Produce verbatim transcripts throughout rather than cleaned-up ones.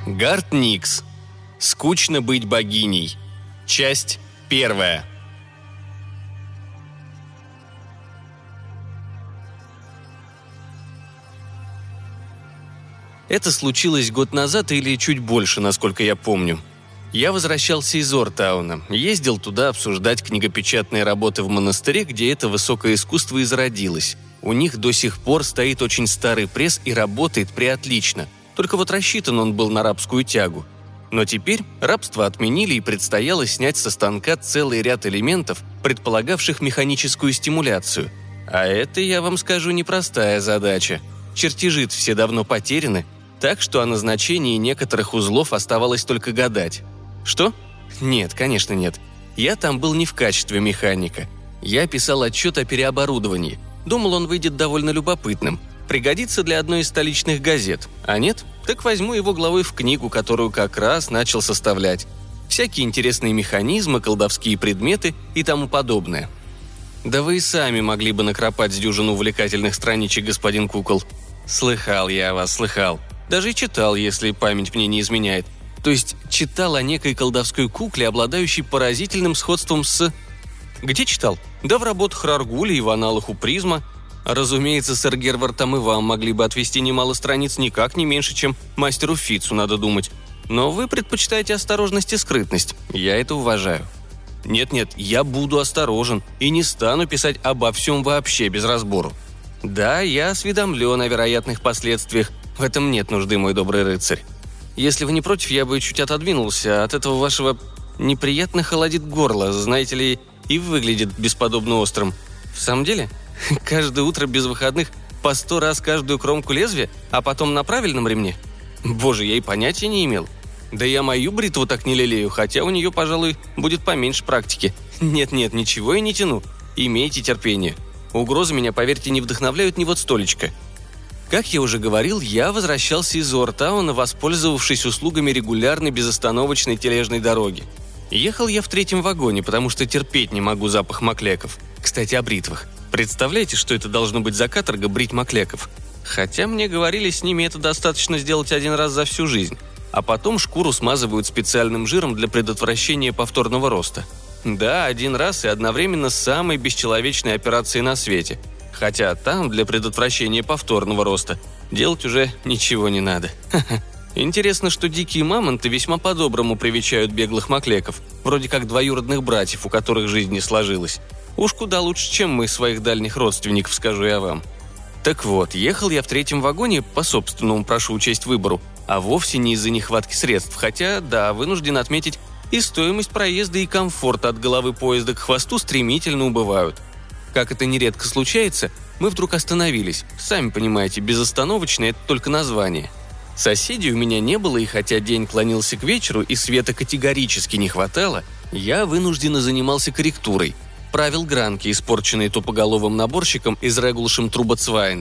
Гарт Никс. Скучно быть богиней. Часть первая. Это случилось год назад или чуть больше, насколько я помню. Я возвращался из Ортауна, ездил туда обсуждать книгопечатные работы в монастыре, где это высокое искусство и зародилось. У них до сих пор стоит очень старый пресс и работает преотлично, только вот рассчитан он был на рабскую тягу. Но теперь рабство отменили и предстояло снять со станка целый ряд элементов, предполагавших механическую стимуляцию. А это, я вам скажу, непростая задача. Чертежи все давно потеряны, так что о назначении некоторых узлов оставалось только гадать. Что? Нет, конечно нет. Я там был не в качестве механика. Я писал отчет о переоборудовании. Думал, он выйдет довольно любопытным. Пригодится для одной из столичных газет. А нет? Так возьму его главой в книгу, которую как раз начал составлять. Всякие интересные механизмы, колдовские предметы и тому подобное. Да вы и сами могли бы накропать с дюжину увлекательных страничек, господин Кукол. Слыхал я о вас, слыхал. Даже и читал, если память мне не изменяет. То есть читал о некой колдовской кукле, обладающей поразительным сходством с... Где читал? Да в работах Раргуля и в аналах у Призма. Разумеется, сэр Гервард, там и вам могли бы отвести немало страниц, никак не меньше, чем мастеру Фитцу, надо думать. Но вы предпочитаете осторожность и скрытность. Я это уважаю. Нет-нет, я буду осторожен и не стану писать обо всем вообще без разбору. Да, я осведомлен о вероятных последствиях. В этом нет нужды, мой добрый рыцарь. Если вы не против, я бы чуть отодвинулся. От этого вашего неприятно холодит горло, знаете ли, и выглядит бесподобно острым. В самом деле? Каждое утро без выходных по сто раз каждую кромку лезвия, а потом на правильном ремне? Боже, я и понятия не имел. Да я мою бритву так не лелею, хотя у нее, пожалуй, будет поменьше практики. Нет-нет, ничего я не тяну. Имейте терпение. Угрозы меня, поверьте, не вдохновляют ни вот столечко. Как я уже говорил, я возвращался из Ортауна, воспользовавшись услугами регулярной безостановочной тележной дороги. Ехал я в третьем вагоне, потому что терпеть не могу запах маклеков. Кстати, о бритвах. Представляете, что это должно быть за каторга брить маклеков? Хотя мне говорили, с ними это достаточно сделать один раз за всю жизнь. А потом шкуру смазывают специальным жиром для предотвращения повторного роста. Да, один раз и одновременно самой бесчеловечной операцией на свете. Хотя там для предотвращения повторного роста делать уже ничего не надо. Ха-ха. Интересно, что дикие мамонты весьма по-доброму привечают беглых маклеков, вроде как двоюродных братьев, у которых жизнь не сложилась. Уж куда лучше, чем мы своих дальних родственников, скажу я вам. Так вот, ехал я в третьем вагоне по собственному, прошу учесть, выбору, а вовсе не из-за нехватки средств, хотя, да, вынужден отметить, и стоимость проезда, и комфорт от головы поезда к хвосту стремительно убывают. Как это нередко случается, мы вдруг остановились. Сами понимаете, безостановочно – это только название. Соседей у меня не было, и хотя день клонился к вечеру и света категорически не хватало, я вынужденно занимался корректурой. Правил гранки, испорченные тупоголовым наборщиком из Регулшем Трубацвайн.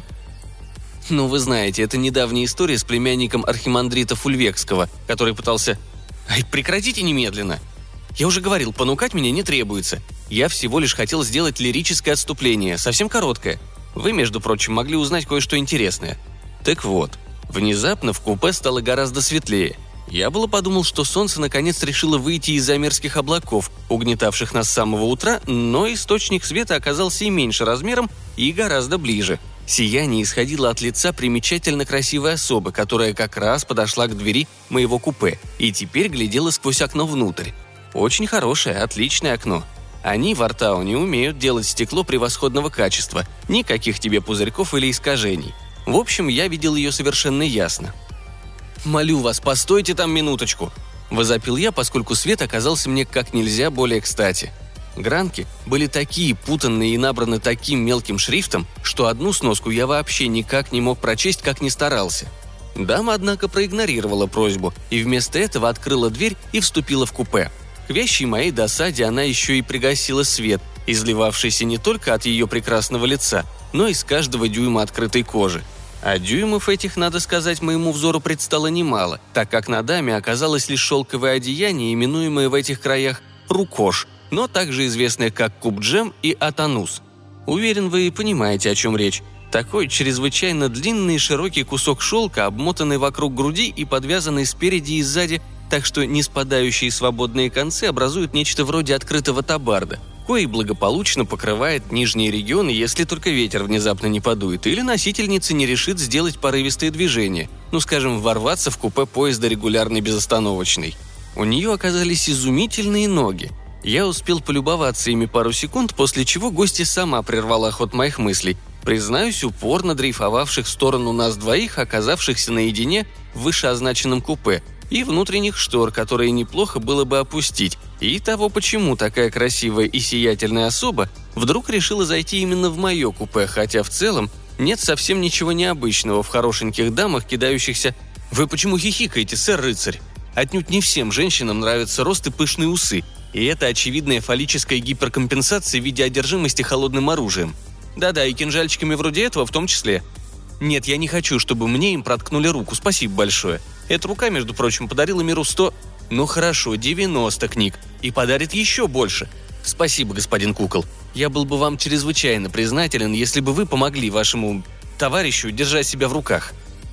Ну, вы знаете, это недавняя история с племянником архимандрита Фульвекского, который пытался... Ай, прекратите немедленно! Я уже говорил, понукать меня не требуется. Я всего лишь хотел сделать лирическое отступление, совсем короткое. Вы, между прочим, могли узнать кое-что интересное. Так вот, внезапно в купе стало гораздо светлее. Я было подумал, что солнце наконец решило выйти из-за мерзких облаков, угнетавших нас с самого утра, но источник света оказался и меньше размером, и гораздо ближе. Сияние исходило от лица примечательно красивой особы, которая как раз подошла к двери моего купе и теперь глядела сквозь окно внутрь. Очень хорошее, отличное окно. Они в Ортауне умеют делать стекло превосходного качества, никаких тебе пузырьков или искажений. В общем, я видел ее совершенно ясно. «Молю вас, постойте там минуточку!» – возопил я, поскольку свет оказался мне как нельзя более кстати. Гранки были такие путанные и набраны таким мелким шрифтом, что одну сноску я вообще никак не мог прочесть, как ни старался. Дама, однако, проигнорировала просьбу и вместо этого открыла дверь и вступила в купе. К вящей моей досаде она еще и пригасила свет, изливавшийся не только от ее прекрасного лица, но и с каждого дюйма открытой кожи. А дюймов этих, надо сказать, моему взору предстало немало, так как на даме оказалось лишь шелковое одеяние, именуемое в этих краях рукош, но также известное как кубджем и атанус. Уверен, вы понимаете, о чем речь. Такой чрезвычайно длинный и широкий кусок шелка, обмотанный вокруг груди и подвязанный спереди и сзади, так что неспадающие свободные концы образуют нечто вроде открытого табарда, кои благополучно покрывает нижние регионы, если только ветер внезапно не подует, или носительница не решит сделать порывистые движения, ну, скажем, ворваться в купе поезда регулярной безостановочной. У нее оказались изумительные ноги. Я успел полюбоваться ими пару секунд, после чего гостья сама прервала ход моих мыслей, признаюсь, упорно дрейфовавших в сторону нас двоих, оказавшихся наедине в вышеозначенном купе, и внутренних штор, которые неплохо было бы опустить, и того, почему такая красивая и сиятельная особа вдруг решила зайти именно в мое купе, хотя в целом нет совсем ничего необычного в хорошеньких дамах, кидающихся «Вы почему хихикаете, сэр-рыцарь?» Отнюдь не всем женщинам нравятся рост и пышные усы, и это очевидная фаллическая гиперкомпенсация в виде одержимости холодным оружием. Да-да, и кинжальчиками вроде этого в том числе. Нет, я не хочу, чтобы мне им проткнули руку, спасибо большое. Эта рука, между прочим, подарила миру сто... Ну хорошо, девяносто книг. И подарит еще больше. Спасибо, господин Кукол. Я был бы вам чрезвычайно признателен, если бы вы помогли вашему товарищу держать себя в руках.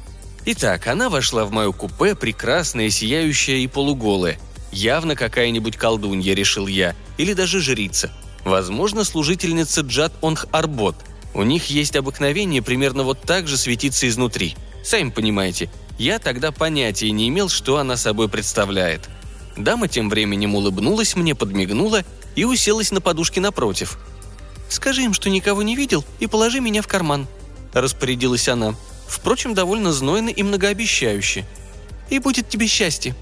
Итак, она вошла в мое купе, прекрасная, сияющая и полуголая. Явно какая-нибудь колдунья, решил я, или даже жрица. Возможно, служительница Джат-Онх-Арбот. У них есть обыкновение примерно вот так же светиться изнутри. Сами понимаете, я тогда понятия не имел, что она собой представляет. Дама тем временем улыбнулась мне, подмигнула и уселась на подушке напротив. «Скажи им, что никого не видел, и положи меня в карман», – распорядилась она. Впрочем, довольно знойно и многообещающе. «И будет тебе счастье».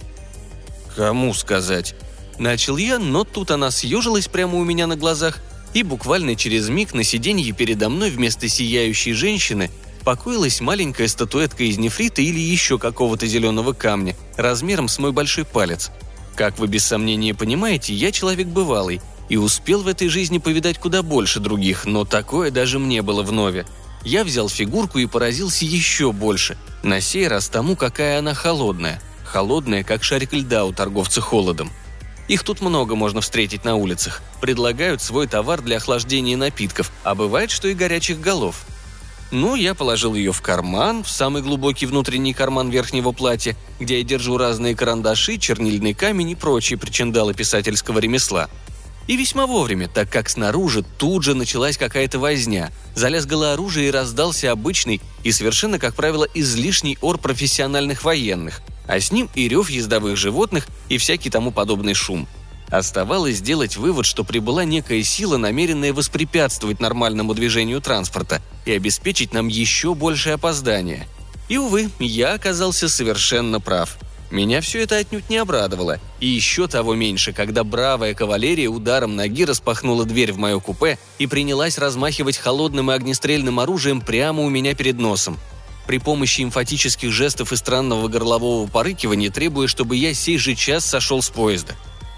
«Кому сказать?» Начал я, но тут она съежилась прямо у меня на глазах, и буквально через миг на сиденье передо мной вместо сияющей женщины покоилась маленькая статуэтка из нефрита или еще какого-то зеленого камня, размером с мой большой палец. Как вы без сомнения понимаете, я человек бывалый и успел в этой жизни повидать куда больше других, но такое даже мне было вновь. Я взял фигурку и поразился еще больше, на сей раз тому, какая она холодная. Холодная, как шарик льда у торговца холодом. Их тут много можно встретить на улицах. Предлагают свой товар для охлаждения напитков, а бывает, что и горячих голов. Ну, я положил ее в карман, в самый глубокий внутренний карман верхнего платья, где я держу разные карандаши, чернильный камень и прочие причиндалы писательского ремесла. И весьма вовремя, так как снаружи тут же началась какая-то возня. Залязгало оружие и раздался обычный и совершенно, как правило, излишний ор профессиональных военных, а с ним и рев ездовых животных и всякий тому подобный шум. Оставалось сделать вывод, что прибыла некая сила, намеренная воспрепятствовать нормальному движению транспорта и обеспечить нам еще большее опоздание. И, увы, я оказался совершенно прав. Меня все это отнюдь не обрадовало, и еще того меньше, когда бравая кавалерия ударом ноги распахнула дверь в мое купе и принялась размахивать холодным и огнестрельным оружием прямо у меня перед носом. При помощи эмфатических жестов и странного горлового порыкивания, требуя, чтобы я сей же час сошел с поезда.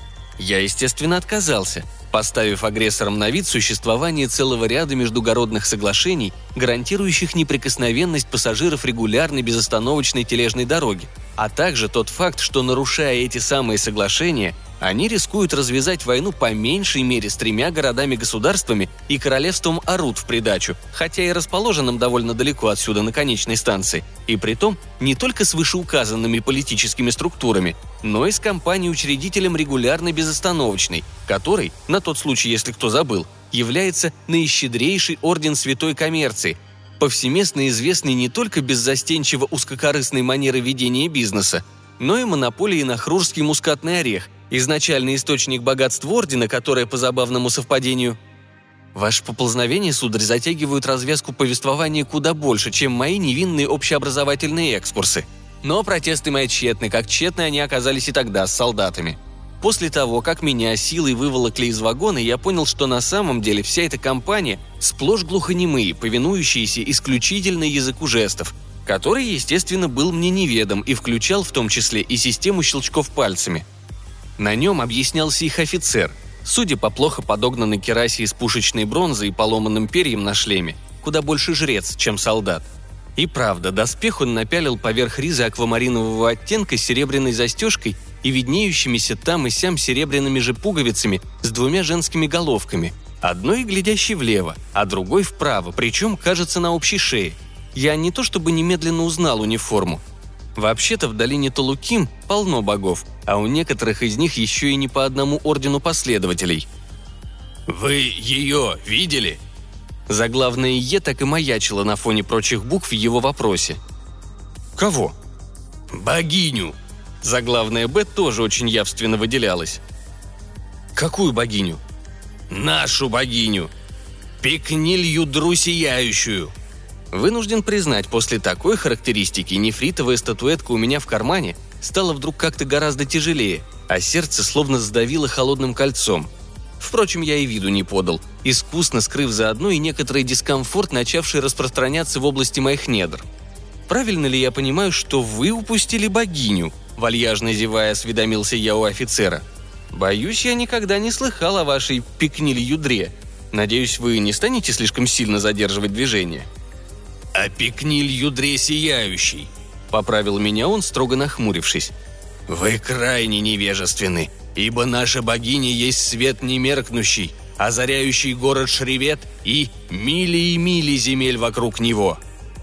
Я, естественно, отказался, поставив агрессорам на вид существование целого ряда междугородных соглашений, гарантирующих неприкосновенность пассажиров регулярной безостановочной тележной дороги, а также тот факт, что, нарушая эти самые соглашения, они рискуют развязать войну по меньшей мере с тремя городами-государствами и королевством Арут в придачу, хотя и расположенным довольно далеко отсюда на конечной станции, и притом не только с вышеуказанными политическими структурами, но и с компанией-учредителем регулярной безостановочной, который, на тот случай, если кто забыл, является наищедрейший орден святой коммерции, повсеместно известный не только беззастенчиво узкокорыстной манерой ведения бизнеса, но и монополией на хрурский мускатный орех, изначальный источник богатств ордена, которое по забавному совпадению... Ваши поползновения, сударь, затягивают развязку повествования куда больше, чем мои невинные общеобразовательные экскурсы. Но протесты мои тщетны, как тщетны они оказались и тогда с солдатами. После того, как меня силой выволокли из вагона, я понял, что на самом деле вся эта компания сплошь глухонемые, повинующиеся исключительно языку жестов, который, естественно, был мне неведом и включал в том числе и систему щелчков пальцами. На нем объяснялся их офицер, судя по плохо подогнанной керасе из пушечной бронзы и поломанным перьям на шлеме, куда больше жрец, чем солдат. И правда, доспех он напялил поверх ризы аквамаринового оттенка с серебряной застежкой и виднеющимися там и сям серебряными же пуговицами с двумя женскими головками, Одной глядящей влево, а другой вправо, причем, кажется, на общей шее. Я не то чтобы немедленно узнал униформу. Вообще-то в долине Толуким полно богов, а у некоторых из них еще и не по одному ордену последователей. «Вы ее видели?» Заглавное «Е» так и маячило на фоне прочих букв в его вопросе. «Кого?» «Богиню!» Заглавное «Б» тоже очень явственно выделялось. «Какую богиню?» «Нашу богиню! Пикниль-Юдру Сияющую!» Вынужден признать, после такой характеристики нефритовая статуэтка у меня в кармане стала вдруг как-то гораздо тяжелее, а сердце словно сдавило холодным кольцом. Впрочем, я и виду не подал, искусно скрыв заодно и некоторый дискомфорт, начавший распространяться в области моих недр. «Правильно ли я понимаю, что вы упустили богиню?» – вальяжно зевая осведомился я у офицера. «Боюсь, я никогда не слыхал о вашей Пикниль-Юдре. Надеюсь, вы не станете слишком сильно задерживать движение?» «О Пикниль-Юдре Сияющей», – поправил меня он, строго нахмурившись. «Вы крайне невежественны, ибо наша богиня есть свет немеркнущий, озаряющий город Шревет и мили и мили земель вокруг него».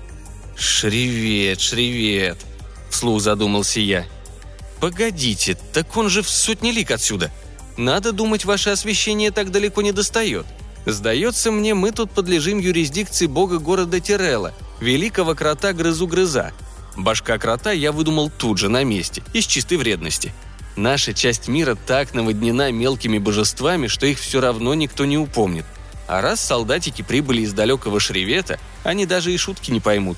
«Шревет, Шревет», – вслух задумался я. «Погодите, так он же в сотни лиг отсюда. Надо думать, ваше освещение так далеко не достает. Сдается мне, мы тут подлежим юрисдикции бога города Тирелла, великого крота Грызу-Грыза. Башка крота я выдумал тут же, на месте, из чистой вредности. Наша часть мира так наводнена мелкими божествами, что их все равно никто не упомнит. А раз солдатики прибыли из далекого Шревета, они даже и шутки не поймут».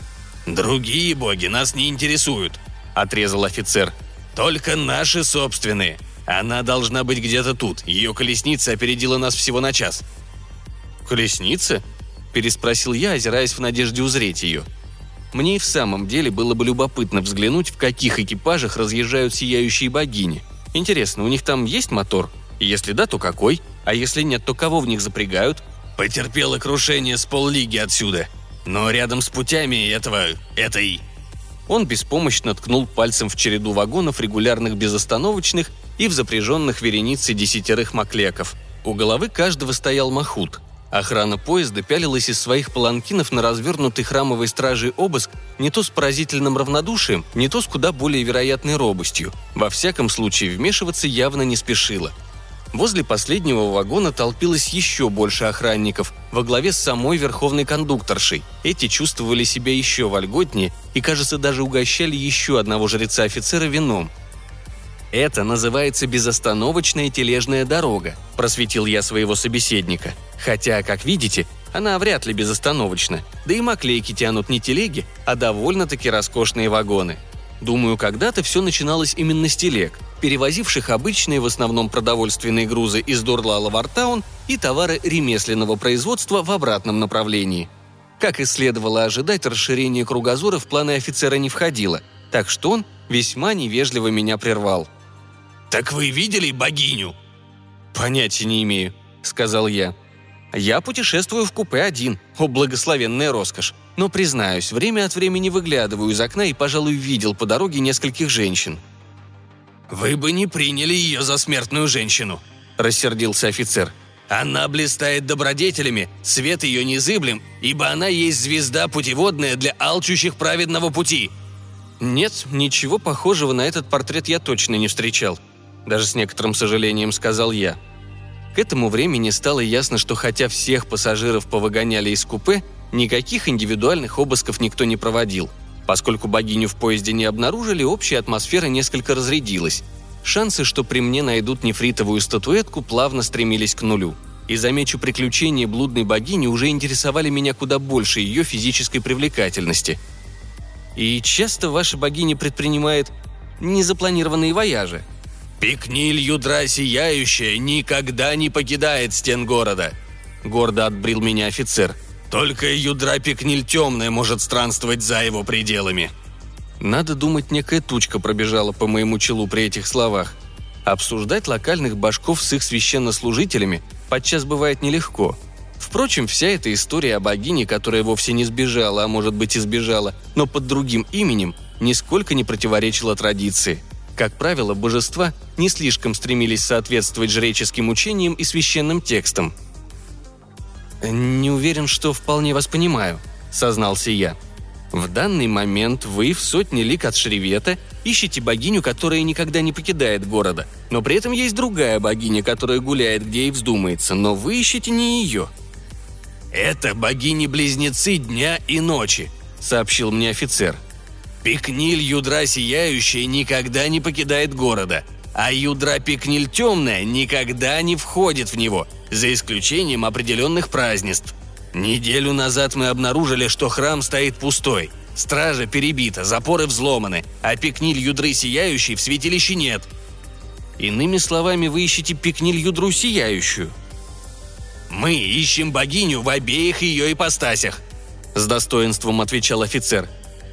«Другие боги нас не интересуют», — отрезал офицер. «Только наши собственные. Она должна быть где-то тут. Ее колесница опередила нас всего на час». «Колесница?» – переспросил я, озираясь в надежде узреть ее. Мне и в самом деле было бы любопытно взглянуть, в каких экипажах разъезжают сияющие богини. Интересно, у них там есть мотор? Если да, то какой? А если нет, то кого в них запрягают? «Потерпела крушение с поллиги отсюда. Но рядом с путями этого... этой...» Он беспомощно ткнул пальцем в череду вагонов, регулярных безостановочных и в запряженных вереницей десятерых макляков. У головы каждого стоял махут. Охрана поезда пялилась из своих паланкинов на развернутый храмовой стражей обыск не то с поразительным равнодушием, не то с куда более вероятной робостью. Во всяком случае, вмешиваться явно не спешила. Возле последнего вагона толпилось еще больше охранников, во главе с самой верховной кондукторшей. Эти чувствовали себя еще вольготнее и, кажется, даже угощали еще одного жреца-офицера вином. «Это называется безостановочная тележная дорога», – просветил я своего собеседника. Хотя, как видите, она вряд ли безостановочна, да и маклейки тянут не телеги, а довольно-таки роскошные вагоны. Думаю, когда-то все начиналось именно с телег, перевозивших обычные в основном продовольственные грузы из Дурлала в Артаун и товары ремесленного производства в обратном направлении. Как и следовало ожидать, расширение кругозора в планы офицера не входило, так что он весьма невежливо меня прервал. «Так вы видели богиню?» «Понятия не имею», — сказал я. «Я путешествую в купе один, о благословенная роскошь. Но, признаюсь, время от времени выглядываю из окна и, пожалуй, видел по дороге нескольких женщин». «Вы бы не приняли ее за смертную женщину», — рассердился офицер. «Она блистает добродетелями, свет ее незыблем, ибо она есть звезда путеводная для алчущих праведного пути». «Нет, ничего похожего на этот портрет я точно не встречал», — даже с некоторым сожалением сказал я. К этому времени стало ясно, что хотя всех пассажиров повыгоняли из купе, никаких индивидуальных обысков никто не проводил. Поскольку богиню в поезде не обнаружили, общая атмосфера несколько разрядилась. Шансы, что при мне найдут нефритовую статуэтку, плавно стремились к нулю. И, замечу, приключения блудной богини уже интересовали меня куда больше ее физической привлекательности. «И часто ваша богиня предпринимает незапланированные вояжи?» «Пикниль-Юдра Сияющая никогда не покидает стен города», — гордо отбрил меня офицер. «Только Юдра Пикниль Темная может странствовать за его пределами». Надо думать, некая тучка пробежала по моему челу при этих словах. Обсуждать локальных башков с их священнослужителями подчас бывает нелегко. Впрочем, вся эта история о богине, которая вовсе не сбежала, а может быть и сбежала, но под другим именем, нисколько не противоречила традиции. Как правило, божества не слишком стремились соответствовать жреческим учениям и священным текстам. «Не уверен, что вполне вас понимаю», — сознался я. «В данный момент вы в сотне лиг от Шревета ищете богиню, которая никогда не покидает города, но при этом есть другая богиня, которая гуляет, где ей вздумается, но вы ищете не ее». «Это богини-близнецы дня и ночи», — сообщил мне офицер. «Пикниль Юдра Сияющая никогда не покидает города, а Юдра Пикниль Темная никогда не входит в него, за исключением определенных празднеств. Неделю назад мы обнаружили, что храм стоит пустой. Стража перебита, запоры взломаны, а Пикниль Юдры Сияющей в святилище нет». «Иными словами, вы ищете Пикниль Юдру Сияющую?» «Мы ищем богиню в обеих ее ипостасях», — с достоинством отвечал офицер.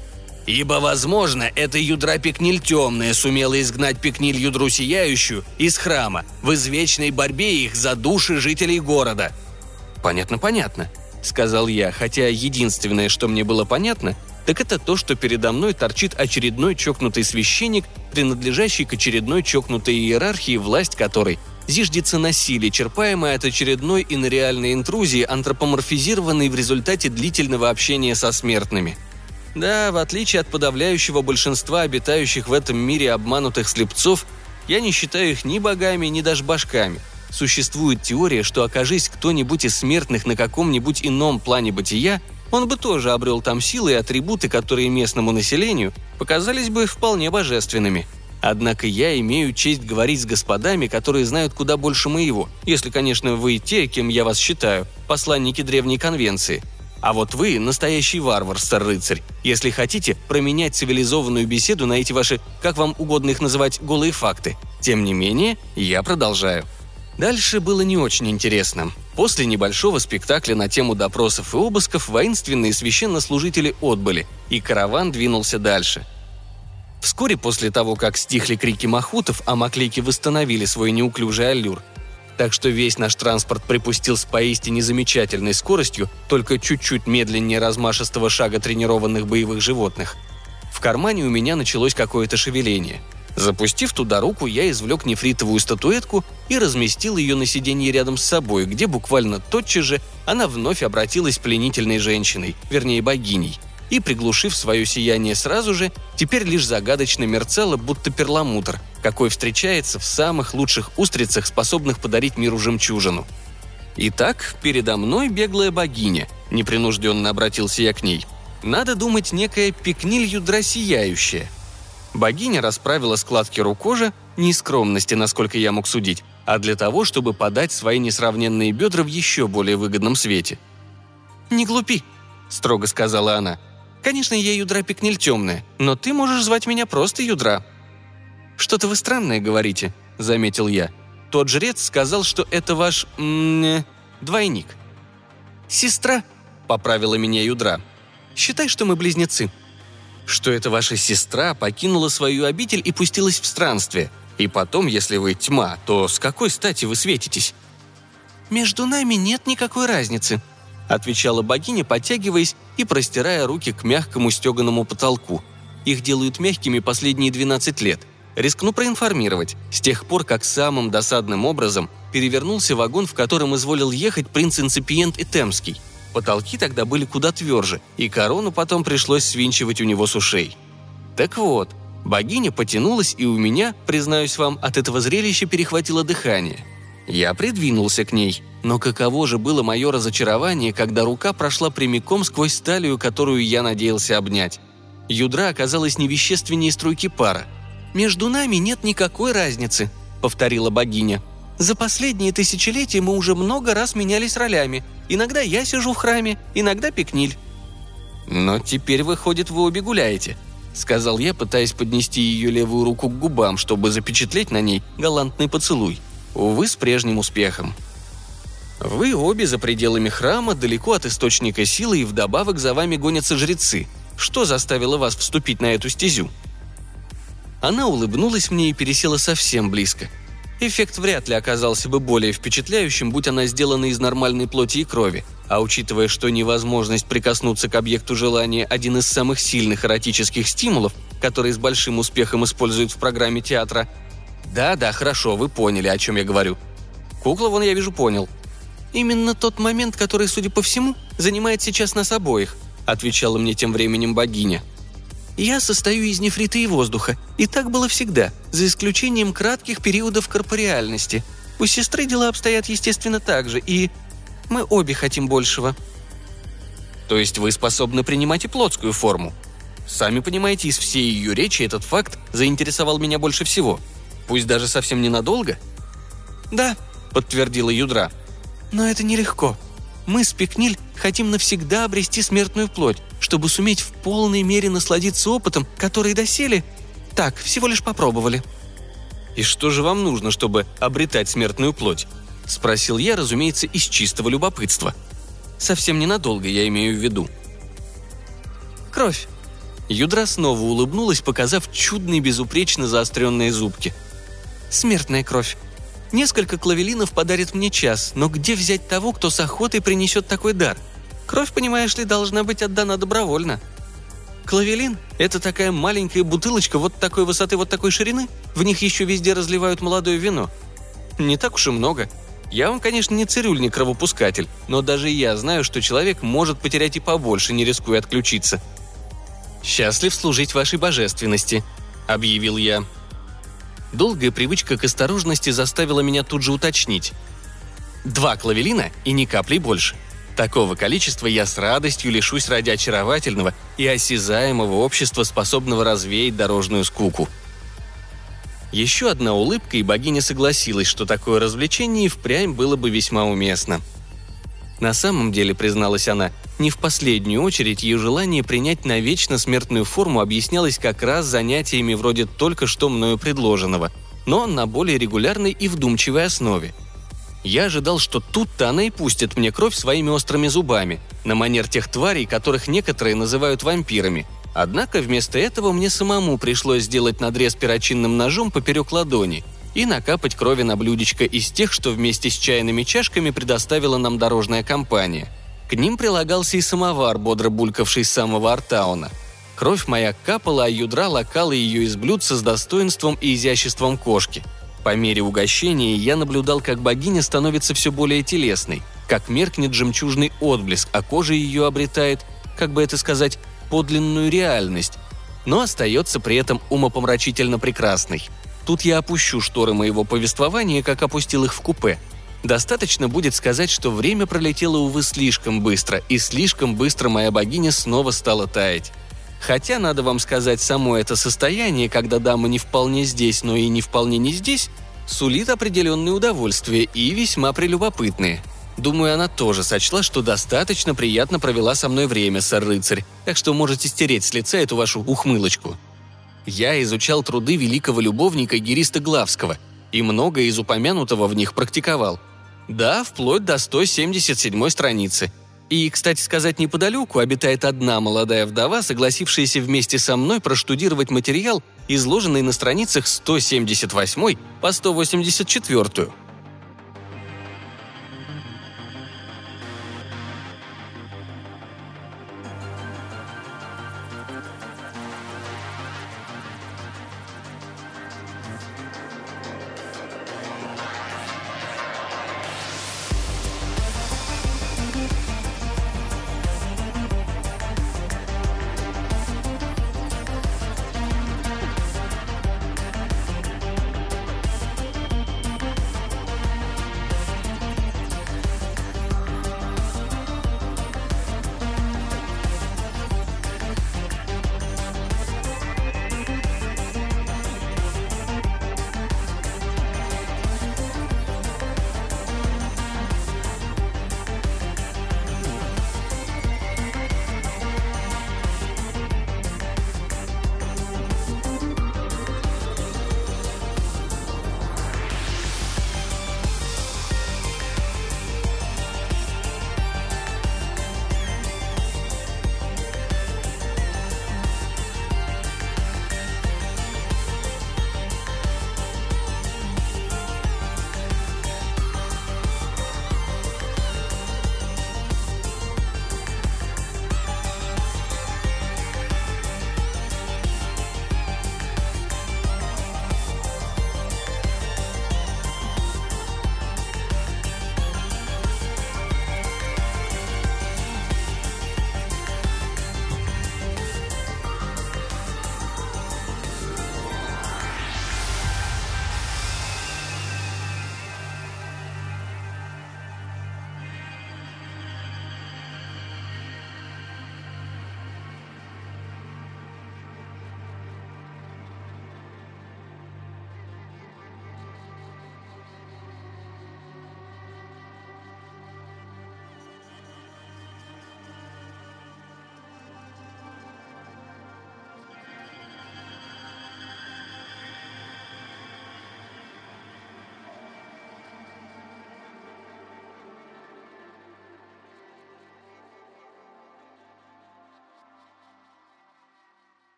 «Ибо, возможно, эта Юдра Пикниль Темная сумела изгнать Пикниль Юдру Сияющую из храма в извечной борьбе их за души жителей города». «Понятно, понятно», — сказал я, хотя единственное, что мне было понятно, так это то, что передо мной торчит очередной чокнутый священник, принадлежащий к очередной чокнутой иерархии, власть которой зиждется на силе, черпаемой от очередной инореальной интрузии, антропоморфизированной в результате длительного общения со смертными. Да, в отличие от подавляющего большинства обитающих в этом мире обманутых слепцов, я не считаю их ни богами, ни даже башками. Существует теория, что окажись кто-нибудь из смертных на каком-нибудь ином плане бытия, он бы тоже обрел там силы и атрибуты, которые местному населению показались бы вполне божественными. Однако я имею честь говорить с господами, которые знают куда больше моего, если, конечно, вы те, кем я вас считаю, посланники древней конвенции. А вот вы – настоящий варвар, стар-рыцарь, если хотите променять цивилизованную беседу на эти ваши, как вам угодно их называть, голые факты. Тем не менее, я продолжаю. Дальше было не очень интересно. После небольшого спектакля на тему допросов и обысков воинственные священнослужители отбыли, и караван двинулся дальше. Вскоре после того, как стихли крики махутов, а маклейки восстановили свой неуклюжий аллюр, так что весь наш транспорт припустил с поистине замечательной скоростью, только чуть-чуть медленнее размашистого шага тренированных боевых животных. В кармане у меня началось какое-то шевеление. Запустив туда руку, я извлек нефритовую статуэтку и разместил ее на сиденье рядом с собой, где буквально тотчас же она вновь обратилась пленительной женщиной, вернее богиней, и, приглушив свое сияние сразу же, теперь лишь загадочно мерцала, будто перламутр, какой встречается в самых лучших устрицах, способных подарить миру жемчужину. «Итак, передо мной беглая богиня», — непринужденно обратился я к ней. «Надо думать, некая Пикниль Юдра Сияющая». Богиня расправила складки рукожа, не из скромности, насколько я мог судить, а для того, чтобы подать свои несравненные бедра в еще более выгодном свете. «Не глупи», — строго сказала она. «Конечно, я Юдра Пикниль Темная, но ты можешь звать меня просто Юдра». «Что-то вы странное говорите», — заметил я. «Тот жрец сказал, что это ваш... М- двойник». «Сестра», — поправила меня Юдра. «Считай, что мы близнецы». «Что это ваша сестра покинула свою обитель и пустилась в странствие. И потом, если вы тьма, то с какой стати вы светитесь?» «Между нами нет никакой разницы», — отвечала богиня, подтягиваясь и простирая руки к мягкому стеганому потолку. Их делают мягкими последние двенадцать лет. Рискну проинформировать, с тех пор, как самым досадным образом перевернулся вагон, в котором изволил ехать принц Инципиент Этемский. Потолки тогда были куда тверже, и корону потом пришлось свинчивать у него с ушей. Так вот, богиня потянулась, и у меня, признаюсь вам, от этого зрелища перехватило дыхание. Я придвинулся к ней, но каково же было мое разочарование, когда рука прошла прямиком сквозь талию, которую я надеялся обнять. Юдра оказалась невещественнее струйки пара. «Между нами нет никакой разницы», — повторила богиня. «За последние тысячелетия мы уже много раз менялись ролями. Иногда я сижу в храме, иногда Пикниль». «Но теперь, выходит, вы обе гуляете», — сказал я, пытаясь поднести ее левую руку к губам, чтобы запечатлеть на ней галантный поцелуй. Увы, с прежним успехом. «Вы обе за пределами храма, далеко от источника силы, и вдобавок за вами гонятся жрецы. Что заставило вас вступить на эту стезю?» Она улыбнулась мне и пересела совсем близко. Эффект вряд ли оказался бы более впечатляющим, будь она сделана из нормальной плоти и крови, а учитывая, что невозможность прикоснуться к объекту желания – один из самых сильных эротических стимулов, которые с большим успехом используют в программе театра. Да-да, хорошо, вы поняли, о чем я говорю. Кукла, вон, я вижу, понял. именно тот момент, который, судя по всему, занимает сейчас нас обоих», — отвечала мне тем временем богиня. «Я состою из нефрита и воздуха, и так было всегда, за исключением кратких периодов корпореальности. У сестры дела обстоят, естественно, так же, и мы обе хотим большего». «То есть вы способны принимать и плотскую форму?» Сами понимаете, из всей ее речи этот факт заинтересовал меня больше всего. Пусть даже совсем ненадолго. «Да», — подтвердила Юдра. «Но это нелегко. Мы с Пикниль хотим навсегда обрести смертную плоть, чтобы суметь в полной мере насладиться опытом, который доселе... Так, всего лишь попробовали». «И что же вам нужно, чтобы обретать смертную плоть?» — спросил я, разумеется, из чистого любопытства. Совсем ненадолго, я имею в виду. «Кровь». Юдра снова улыбнулась, показав чудные безупречно заостренные зубки. «Смертная кровь. Несколько клавелинов подарит мне час, но где взять того, кто с охотой принесет такой дар? Кровь, понимаешь ли, должна быть отдана добровольно. Клавелин – это такая маленькая бутылочка вот такой высоты, вот такой ширины. В них еще везде разливают молодое вино. Не так уж и много. Я вам, конечно, не цирюльник кровопускатель, но даже я знаю, что человек может потерять и побольше, не рискуя отключиться». «Счастлив служить вашей божественности», — объявил я. Долгая привычка к осторожности заставила меня тут же уточнить. «Два клавелина и ни капли больше. Такого количества я с радостью лишусь ради очаровательного и осязаемого общества, способного развеять дорожную скуку». Еще одна улыбка, и богиня согласилась, что такое развлечение и впрямь было бы весьма уместно. На самом деле, призналась она, не в последнюю очередь ее желание принять навечно смертную форму объяснялось как раз занятиями вроде только что мною предложенного, но на более регулярной и вдумчивой основе. Я ожидал, что тут-то она и пустит мне кровь своими острыми зубами, на манер тех тварей, которых некоторые называют вампирами. Однако вместо этого мне самому пришлось сделать надрез перочинным ножом поперек ладони и накапать крови на блюдечко из тех, что вместе с чайными чашками предоставила нам дорожная компания. К ним прилагался и самовар, бодро булькавший с самого Артауна. Кровь моя капала, а Юдра лакала ее из блюдца с достоинством и изяществом кошки. По мере угощения я наблюдал, как богиня становится все более телесной, как меркнет жемчужный отблеск, а кожа ее обретает, как бы это сказать, подлинную реальность, но остается при этом умопомрачительно прекрасной. Тут я опущу шторы моего повествования, как опустил их в купе. Достаточно будет сказать, что время пролетело, увы, слишком быстро, и слишком быстро моя богиня снова стала таять. Хотя, надо вам сказать, само это состояние, когда дама не вполне здесь, но и не вполне не здесь, сулит определенные удовольствия и весьма прелюбопытные. Думаю, она тоже сочла, что достаточно приятно провела со мной время, сэр-рыцарь, так что можете стереть с лица эту вашу ухмылочку. Я изучал труды великого любовника Гериста Главского и многое из упомянутого в них практиковал. Да, вплоть до сто семьдесят седьмой страницы. И, кстати сказать, неподалеку обитает одна молодая вдова, согласившаяся вместе со мной проштудировать материал, изложенный на страницах сто семьдесят восьмой по сто восемьдесят четвёртую.